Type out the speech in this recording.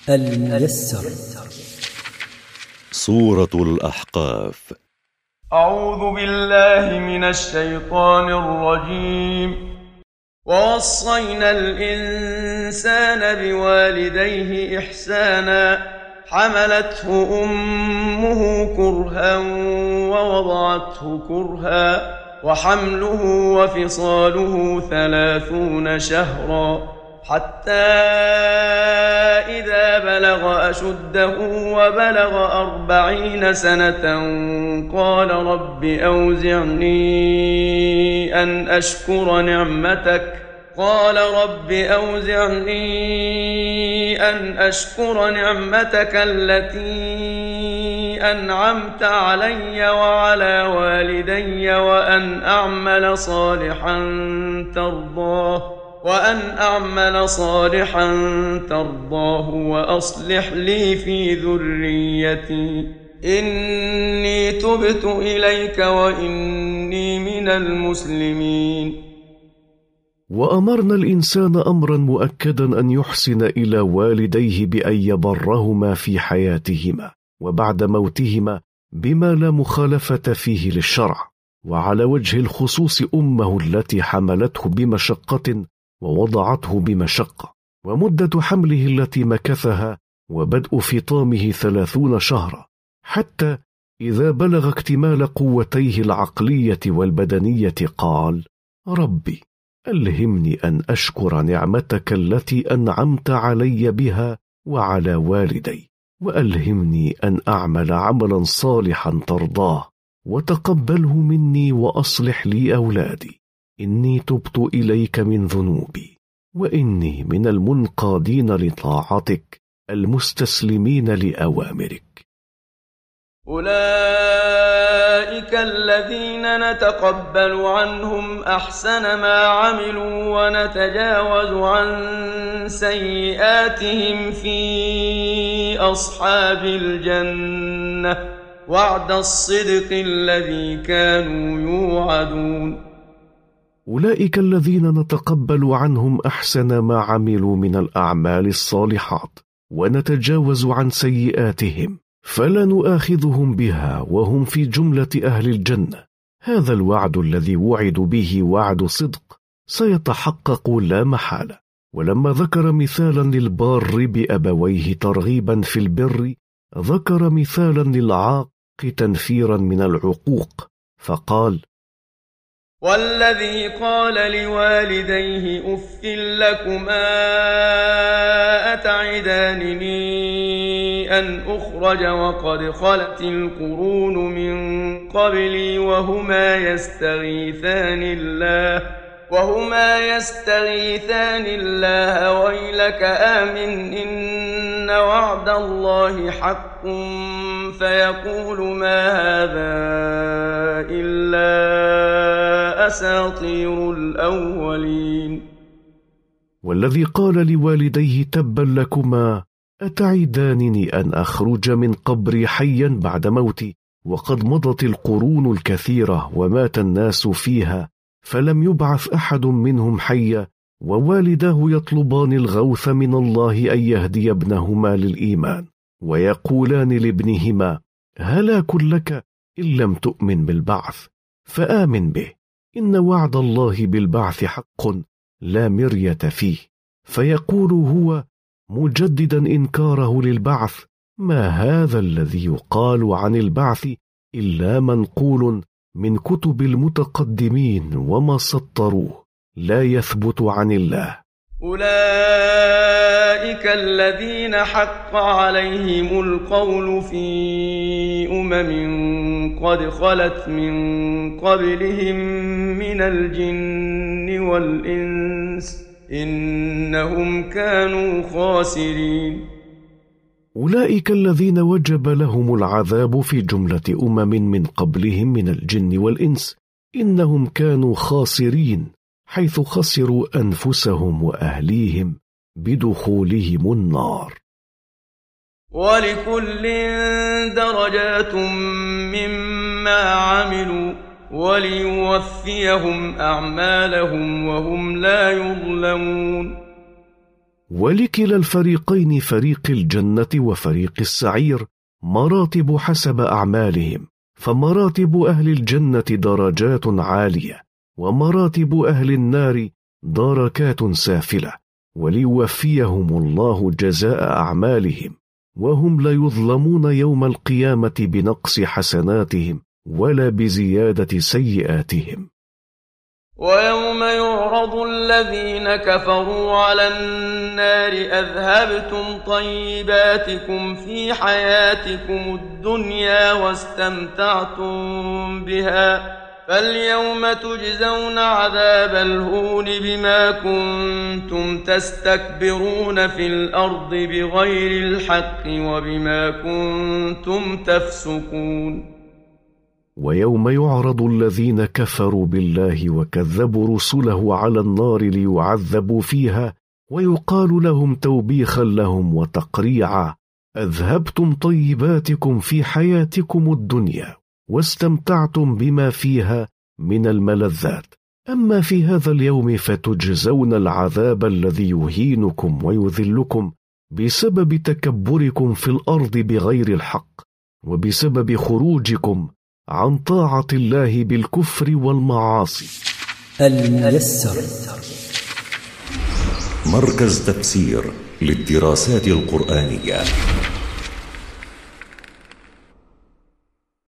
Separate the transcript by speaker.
Speaker 1: الميسر.
Speaker 2: سورة الأحقاف.
Speaker 3: أعوذ بالله من الشيطان الرجيم. ووصينا الإنسان بوالديه إحسانا حملته أمه كرها ووضعته كرها وحمله وفصاله 30 شهرا حتى إذا بلغ أشده وبلغ 40 سنة قال رب أوزعني أن أشكر نعمتك التي أنعمت علي وعلى والدي وأن أعمل صالحا ترضاه وأصلح لي في ذريتي إني تبت إليك وإني من المسلمين.
Speaker 4: وأمرنا الإنسان أمرا مؤكدا أن يحسن إلى والديه بأن يبرهما في حياتهما وبعد موتهما بما لا مخالفة فيه للشرع، وعلى وجه الخصوص أمه التي حملته بمشقة ووضعته بمشقة، ومدة حمله التي مكثها وبدء فطامه 30 شهرا، حتى إذا بلغ اكتمال قوتيه العقلية والبدنية قال ربي ألهمني أن أشكر نعمتك التي أنعمت علي بها وعلى والدي، وألهمني أن أعمل عملا صالحا ترضاه وتقبله مني وأصلح لي أولادي إني تبت إليك من ذنوبي وإني من المنقادين لطاعتك المستسلمين لأوامرك.
Speaker 3: أولئك الذين نتقبل عنهم أحسن ما عملوا ونتجاوز عن سيئاتهم في أصحاب الجنة وعد الصدق الذي كانوا يوعدون.
Speaker 4: أولئك الذين نتقبل عنهم أحسن ما عملوا من الأعمال الصالحات ونتجاوز عن سيئاتهم فلا نؤاخذهم بها وهم في جملة أهل الجنة. هذا الوعد الذي وعدوا به وعد صدق سيتحقق لا محالة. ولما ذكر مثالا للبار بأبويه ترغيبا في البر ذكر مثالا للعاق تنفيرا من العقوق فقال
Speaker 3: والذي قال لوالديه أف لكما أتعدانني أن أخرج وقد خلت القرون من قبلي وهما يستغيثان الله ويلك آمن إن وعد الله حق فيقول ما هذا إلا أساطير الأولين.
Speaker 4: والذي قال لوالديه تبا لكما أتعدانني أن أخرج من قبري حيا بعد موتي وقد مضت القرون الكثيرة ومات الناس فيها فلم يبعث أحد منهم حيا ووالداه يطلبان الغوث من الله أن يهدي ابنهما للإيمان ويقولان لابنهما هلاك لك إن لم تؤمن بالبعث فآمن به إن وعد الله بالبعث حق لا مرية فيه. فيقول هو مجددا إنكاره للبعث ما هذا الذي يقال عن البعث إلا منقول من كتب المتقدمين وما سطروه لا يثبت عن الله.
Speaker 3: أولئك الذين حق عليهم القول في قد خلت من قبلهم من الجن والإنس إنهم كانوا خاسرين.
Speaker 4: أولئك الذين وجب لهم العذاب في جملة من قبلهم من الجن والإنس إنهم كانوا خاسرين حيث خسروا أنفسهم وأهليهم بدخولهم النار.
Speaker 3: ولكل درجات مما عملوا وليوفيهم أعمالهم وهم لا يظلمون.
Speaker 4: ولكلا الفريقين، فريق الجنة وفريق السعير، مراتب حسب أعمالهم، فمراتب أهل الجنة درجات عالية، ومراتب أهل النار دركات سافلة، وليوفيهم الله جزاء أعمالهم، وهم لا يظلمون يوم القيامة بنقص حسناتهم ولا بزيادة سيئاتهم.
Speaker 3: ويوم يعرض الذين كفروا على النار أذهبتم طيباتكم في حياتكم الدنيا واستمتعتم بها فاليوم تجزون عذاب الهون بما كنتم تستكبرون في الأرض بغير الحق وبما كنتم تفسقون.
Speaker 4: ويوم يعرض الذين كفروا بالله وكذبوا رسله على النار ليعذبوا فيها، ويقال لهم توبيخا لهم وتقريعا: أذهبتم طيباتكم في حياتكم الدنيا واستمتعتم بما فيها من الملذات، أما في هذا اليوم فتجزون العذاب الذي يهينكم ويذلكم بسبب تكبركم في الأرض بغير الحق، وبسبب خروجكم عن طاعة الله بالكفر والمعاصي.
Speaker 1: الميسر،
Speaker 2: مركز تفسير للدراسات القرآنية.